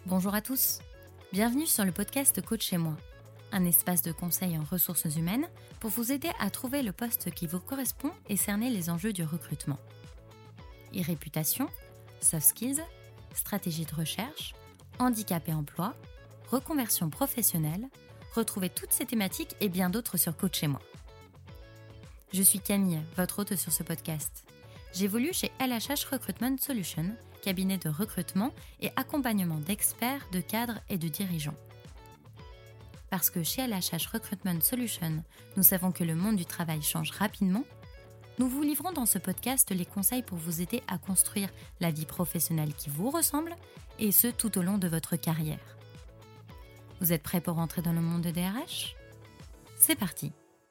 Bonjour à tous, bienvenue sur le podcast Coach chez moi, un espace de conseil en ressources humaines pour vous aider à trouver le poste qui vous correspond et cerner les enjeux du recrutement. E-réputation, soft skills, stratégie de recherche, handicap et emploi, reconversion professionnelle, retrouvez toutes ces thématiques et bien d'autres sur Coach chez moi. Je suis Camille, votre hôte sur ce podcast. J'évolue chez LHH Recruitment Solutions, cabinet de recrutement et accompagnement d'experts, de cadres et de dirigeants. Parce que chez LHH Recruitment Solutions, nous savons que le monde du travail change rapidement, nous vous livrons dans ce podcast les conseils pour vous aider à construire la vie professionnelle qui vous ressemble, et ce tout au long de votre carrière. Vous êtes prêts pour entrer dans le monde de DRH ? C'est parti.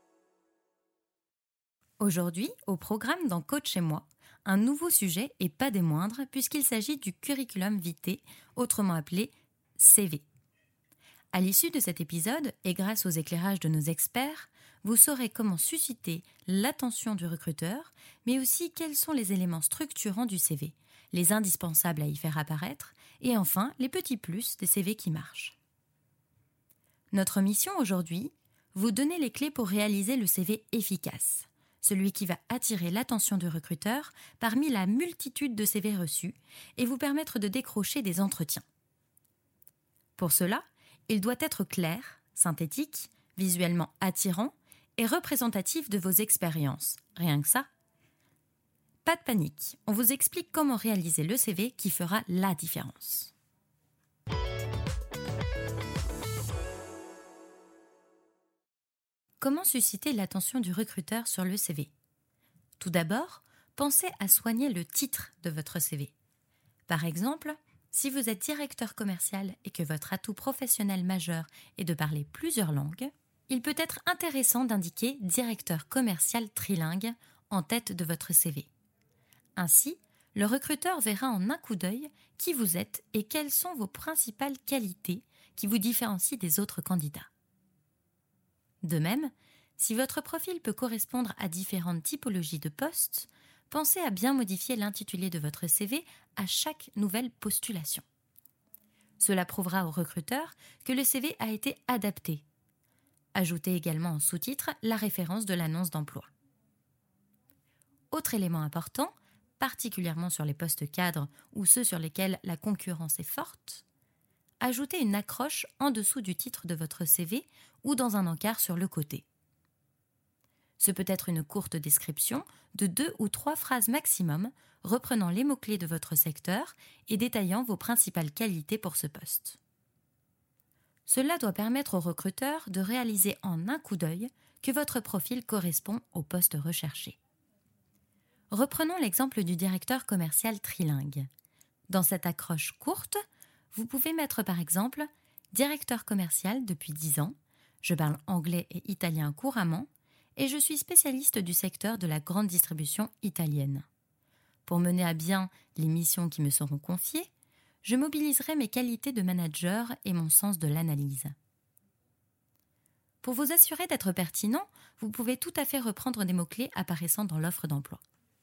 Aujourd'hui, au programme dans Coach chez moi, un nouveau sujet et pas des moindres puisqu'il s'agit du curriculum vitae, autrement appelé CV. À l'issue de cet épisode, et grâce aux éclairages de nos experts, vous saurez comment susciter l'attention du recruteur, mais aussi quels sont les éléments structurants du CV, les indispensables à y faire apparaître, et enfin les petits plus des CV qui marchent. Notre mission aujourd'hui, vous donner les clés pour réaliser le CV efficace, celui qui va attirer l'attention du recruteur parmi la multitude de CV reçus et vous permettre de décrocher des entretiens. Pour cela, il doit être clair, synthétique, visuellement attirant et représentatif de vos expériences. Rien que ça. Pas de panique, on vous explique comment réaliser le CV qui fera la différence. Comment susciter l'attention du recruteur sur le CV ? Tout d'abord, pensez à soigner le titre de votre CV. Par exemple, si vous êtes directeur commercial et que votre atout professionnel majeur est de parler plusieurs langues, il peut être intéressant d'indiquer directeur commercial trilingue en tête de votre CV. Ainsi, le recruteur verra en un coup d'œil qui vous êtes et quelles sont vos principales qualités qui vous différencient des autres candidats. De même, si votre profil peut correspondre à différentes typologies de postes, pensez à bien modifier l'intitulé de votre CV à chaque nouvelle postulation. Cela prouvera au recruteur que le CV a été adapté. Ajoutez également en sous-titre la référence de l'annonce d'emploi. Autre élément important, particulièrement sur les postes cadres ou ceux sur lesquels la concurrence est forte, ajoutez une accroche en dessous du titre de votre CV ou dans un encart sur le côté. Ce peut être une courte description de 2 ou 3 phrases maximum reprenant les mots-clés de votre secteur et détaillant vos principales qualités pour ce poste. Cela doit permettre au recruteur de réaliser en un coup d'œil que votre profil correspond au poste recherché. Reprenons l'exemple du directeur commercial trilingue. Dans cette accroche courte, vous pouvez mettre par exemple « Directeur commercial depuis 10 ans, je parle anglais et italien couramment et je suis spécialiste du secteur de la grande distribution italienne. Pour mener à bien les missions qui me seront confiées, je mobiliserai mes qualités de manager et mon sens de l'analyse. » Pour vous assurer d'être pertinent, vous pouvez tout à fait reprendre des mots-clés apparaissant dans l'offre d'emploi.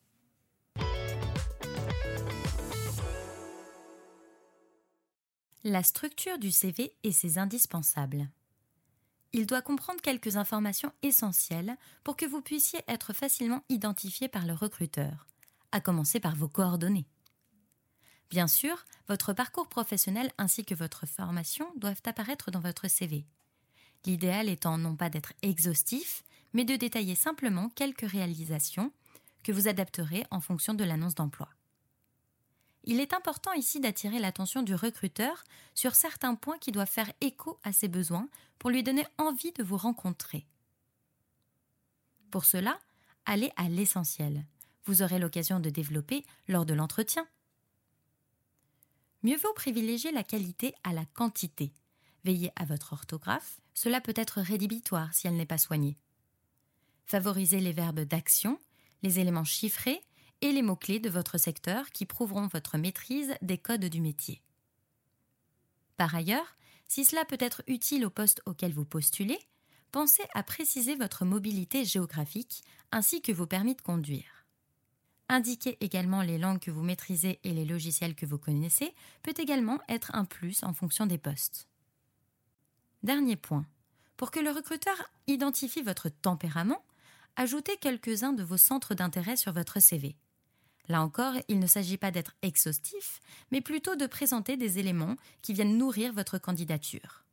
La structure du CV et ses indispensables. Il doit comprendre quelques informations essentielles pour que vous puissiez être facilement identifié par le recruteur, à commencer par vos coordonnées. Bien sûr, votre parcours professionnel ainsi que votre formation doivent apparaître dans votre CV. L'idéal étant non pas d'être exhaustif, mais de détailler simplement quelques réalisations que vous adapterez en fonction de l'annonce d'emploi. Il est important ici d'attirer l'attention du recruteur sur certains points qui doivent faire écho à ses besoins pour lui donner envie de vous rencontrer. Pour cela, allez à l'essentiel. Vous aurez l'occasion de développer lors de l'entretien. Mieux vaut privilégier la qualité à la quantité. Veillez à votre orthographe, cela peut être rédhibitoire si elle n'est pas soignée. Favorisez les verbes d'action, les éléments chiffrés et les mots-clés de votre secteur qui prouveront votre maîtrise des codes du métier. Par ailleurs, si cela peut être utile au poste auquel vous postulez, pensez à préciser votre mobilité géographique ainsi que vos permis de conduire. Indiquer également les langues que vous maîtrisez et les logiciels que vous connaissez peut également être un plus en fonction des postes. Dernier point. Pour que le recruteur identifie votre tempérament, ajoutez quelques-uns de vos centres d'intérêt sur votre CV. Là encore, il ne s'agit pas d'être exhaustif, mais plutôt de présenter des éléments qui viennent nourrir votre candidature.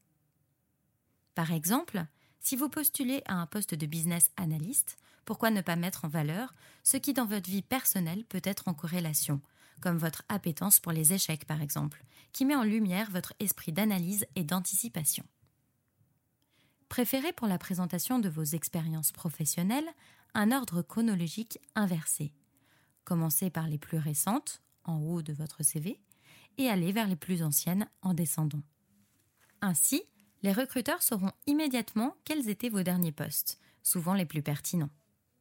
Par exemple, si vous postulez à un poste de business analyst, pourquoi ne pas mettre en valeur ce qui dans votre vie personnelle peut être en corrélation, comme votre appétence pour les échecs par exemple, qui met en lumière votre esprit d'analyse et d'anticipation. Préférez pour la présentation de vos expériences professionnelles un ordre chronologique inversé. Commencez par les plus récentes, en haut de votre CV, et allez vers les plus anciennes en descendant. Ainsi, les recruteurs sauront immédiatement quels étaient vos derniers postes, souvent les plus pertinents.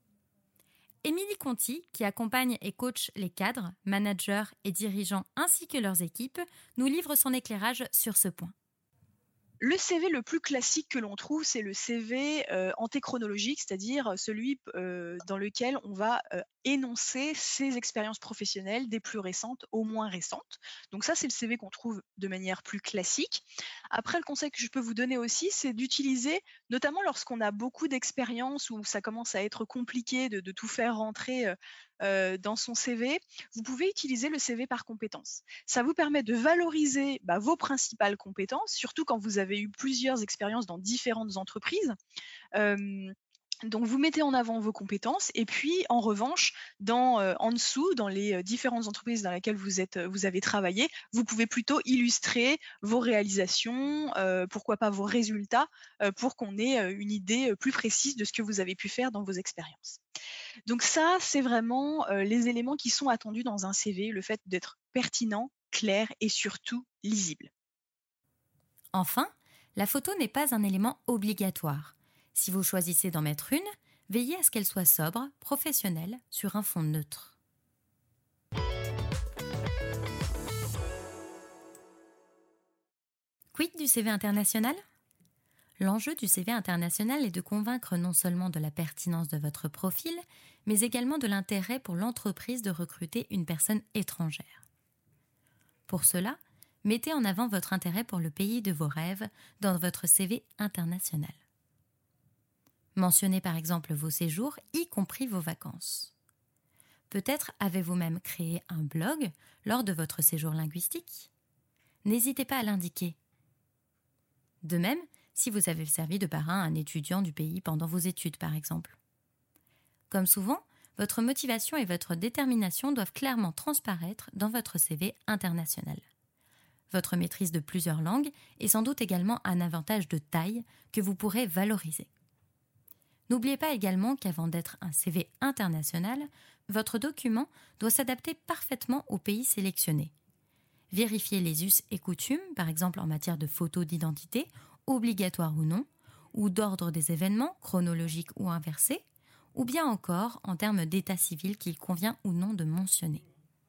Émilie Conti, qui accompagne et coach les cadres, managers et dirigeants ainsi que leurs équipes, nous livre son éclairage sur ce point. Le CV le plus classique que l'on trouve, c'est le CV antéchronologique, c'est-à-dire celui dans lequel on va énoncer ses expériences professionnelles des plus récentes aux moins récentes. Donc ça, c'est le CV qu'on trouve de manière plus classique. Après, le conseil que je peux vous donner aussi, c'est d'utiliser, notamment lorsqu'on a beaucoup d'expérience ou ça commence à être compliqué de tout faire rentrer dans son CV, vous pouvez utiliser le CV par compétences. Ça vous permet de valoriser vos principales compétences, surtout quand vous avez eu plusieurs expériences dans différentes entreprises. Donc vous mettez en avant vos compétences et puis en revanche, en dessous, dans les différentes entreprises dans lesquelles vous avez travaillé, vous pouvez plutôt illustrer vos réalisations, pourquoi pas vos résultats, pour qu'on ait une idée plus précise de ce que vous avez pu faire dans vos expériences. Donc ça, c'est vraiment les éléments qui sont attendus dans un CV, le fait d'être pertinent, clair et surtout lisible. Enfin, la photo n'est pas un élément obligatoire. Si vous choisissez d'en mettre une, veillez à ce qu'elle soit sobre, professionnelle, sur un fond neutre. Quid du CV international ? L'enjeu du CV international est de convaincre non seulement de la pertinence de votre profil, mais également de l'intérêt pour l'entreprise de recruter une personne étrangère. Pour cela, mettez en avant votre intérêt pour le pays de vos rêves dans votre CV international. Mentionnez par exemple vos séjours, y compris vos vacances. Peut-être avez-vous même créé un blog lors de votre séjour linguistique ? N'hésitez pas à l'indiquer. De même, si vous avez servi de parrain à un étudiant du pays pendant vos études par exemple. Comme souvent, votre motivation et votre détermination doivent clairement transparaître dans votre CV international. Votre maîtrise de plusieurs langues est sans doute également un avantage de taille que vous pourrez valoriser. N'oubliez pas également qu'avant d'être un CV international, votre document doit s'adapter parfaitement au pays sélectionné. Vérifiez les us et coutumes, par exemple en matière de photos d'identité, obligatoires ou non, ou d'ordre des événements, chronologiques ou inversés, ou bien encore en termes d'état civil qu'il convient ou non de mentionner.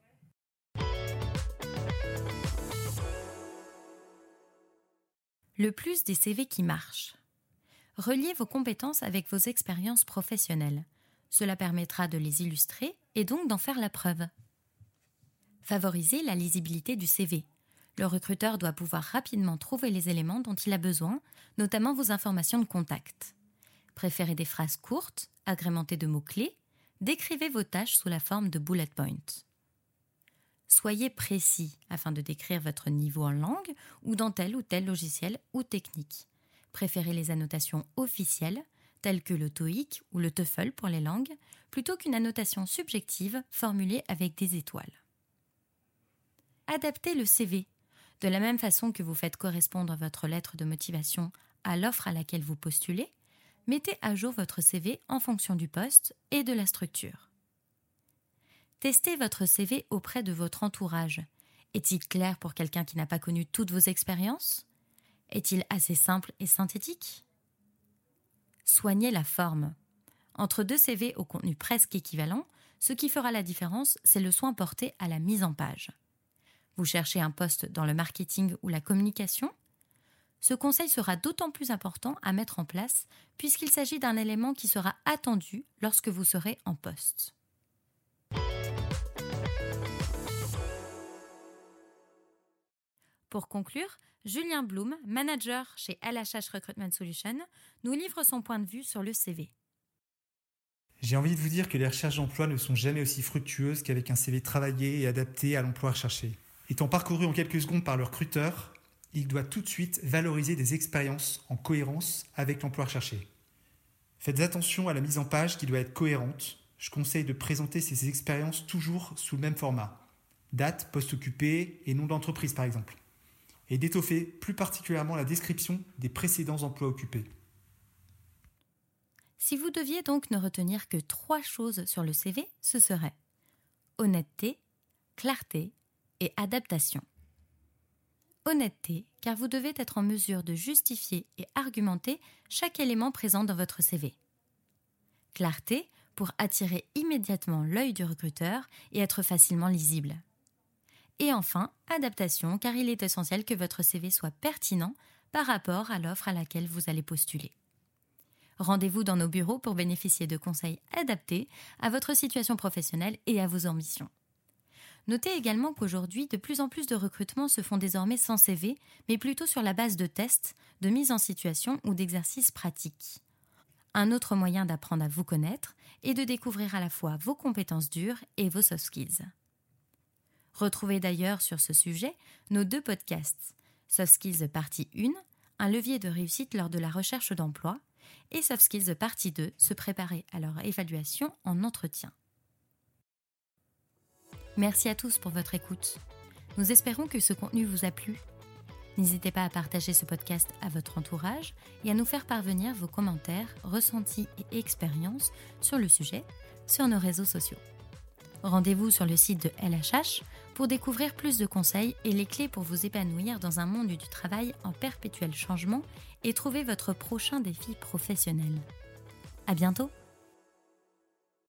Le plus des CV qui marchent. Reliez vos compétences avec vos expériences professionnelles. Cela permettra de les illustrer et donc d'en faire la preuve. Favorisez la lisibilité du CV. Le recruteur doit pouvoir rapidement trouver les éléments dont il a besoin, notamment vos informations de contact. Préférez des phrases courtes, agrémentées de mots-clés. Décrivez vos tâches sous la forme de bullet points. Soyez précis afin de décrire votre niveau en langue ou dans tel ou tel logiciel ou technique. Préférez les annotations officielles, telles que le TOEIC ou le TOEFL pour les langues, plutôt qu'une annotation subjective formulée avec des étoiles. Adaptez le CV. De la même façon que vous faites correspondre votre lettre de motivation à l'offre à laquelle vous postulez, mettez à jour votre CV en fonction du poste et de la structure. Testez votre CV auprès de votre entourage. Est-il clair pour quelqu'un qui n'a pas connu toutes vos expériences ? Est-il assez simple et synthétique ? Soignez la forme. Entre deux CV au contenu presque équivalent, ce qui fera la différence, c'est le soin porté à la mise en page. Vous cherchez un poste dans le marketing ou la communication ? Ce conseil sera d'autant plus important à mettre en place puisqu'il s'agit d'un élément qui sera attendu lorsque vous serez en poste. Pour conclure, Julien Blum, manager chez LHH Recruitment Solutions, nous livre son point de vue sur le CV. J'ai envie de vous dire que les recherches d'emploi ne sont jamais aussi fructueuses qu'avec un CV travaillé et adapté à l'emploi recherché. Étant parcouru en quelques secondes par le recruteur, il doit tout de suite valoriser des expériences en cohérence avec l'emploi recherché. Faites attention à la mise en page qui doit être cohérente. Je conseille de présenter ces expériences toujours sous le même format. Date, poste occupé et nom d'entreprise par exemple. Et d'étoffer plus particulièrement la description des précédents emplois occupés. Si vous deviez donc ne retenir que 3 choses sur le CV, ce serait honnêteté, clarté et adaptation. Honnêteté, car vous devez être en mesure de justifier et argumenter chaque élément présent dans votre CV. Clarté, pour attirer immédiatement l'œil du recruteur et être facilement lisible. Et enfin, adaptation, car il est essentiel que votre CV soit pertinent par rapport à l'offre à laquelle vous allez postuler. Rendez-vous dans nos bureaux pour bénéficier de conseils adaptés à votre situation professionnelle et à vos ambitions. Notez également qu'aujourd'hui, de plus en plus de recrutements se font désormais sans CV, mais plutôt sur la base de tests, de mise en situation ou d'exercices pratiques. Un autre moyen d'apprendre à vous connaître est de découvrir à la fois vos compétences dures et vos soft skills. Retrouvez d'ailleurs sur ce sujet nos 2 podcasts, Soft Skills partie 1, un levier de réussite lors de la recherche d'emploi, et Soft Skills partie 2, se préparer à leur évaluation en entretien. Merci à tous pour votre écoute. Nous espérons que ce contenu vous a plu. N'hésitez pas à partager ce podcast à votre entourage et à nous faire parvenir vos commentaires, ressentis et expériences sur le sujet sur nos réseaux sociaux. Rendez-vous sur le site de LHH pour découvrir plus de conseils et les clés pour vous épanouir dans un monde du travail en perpétuel changement et trouver votre prochain défi professionnel. À bientôt!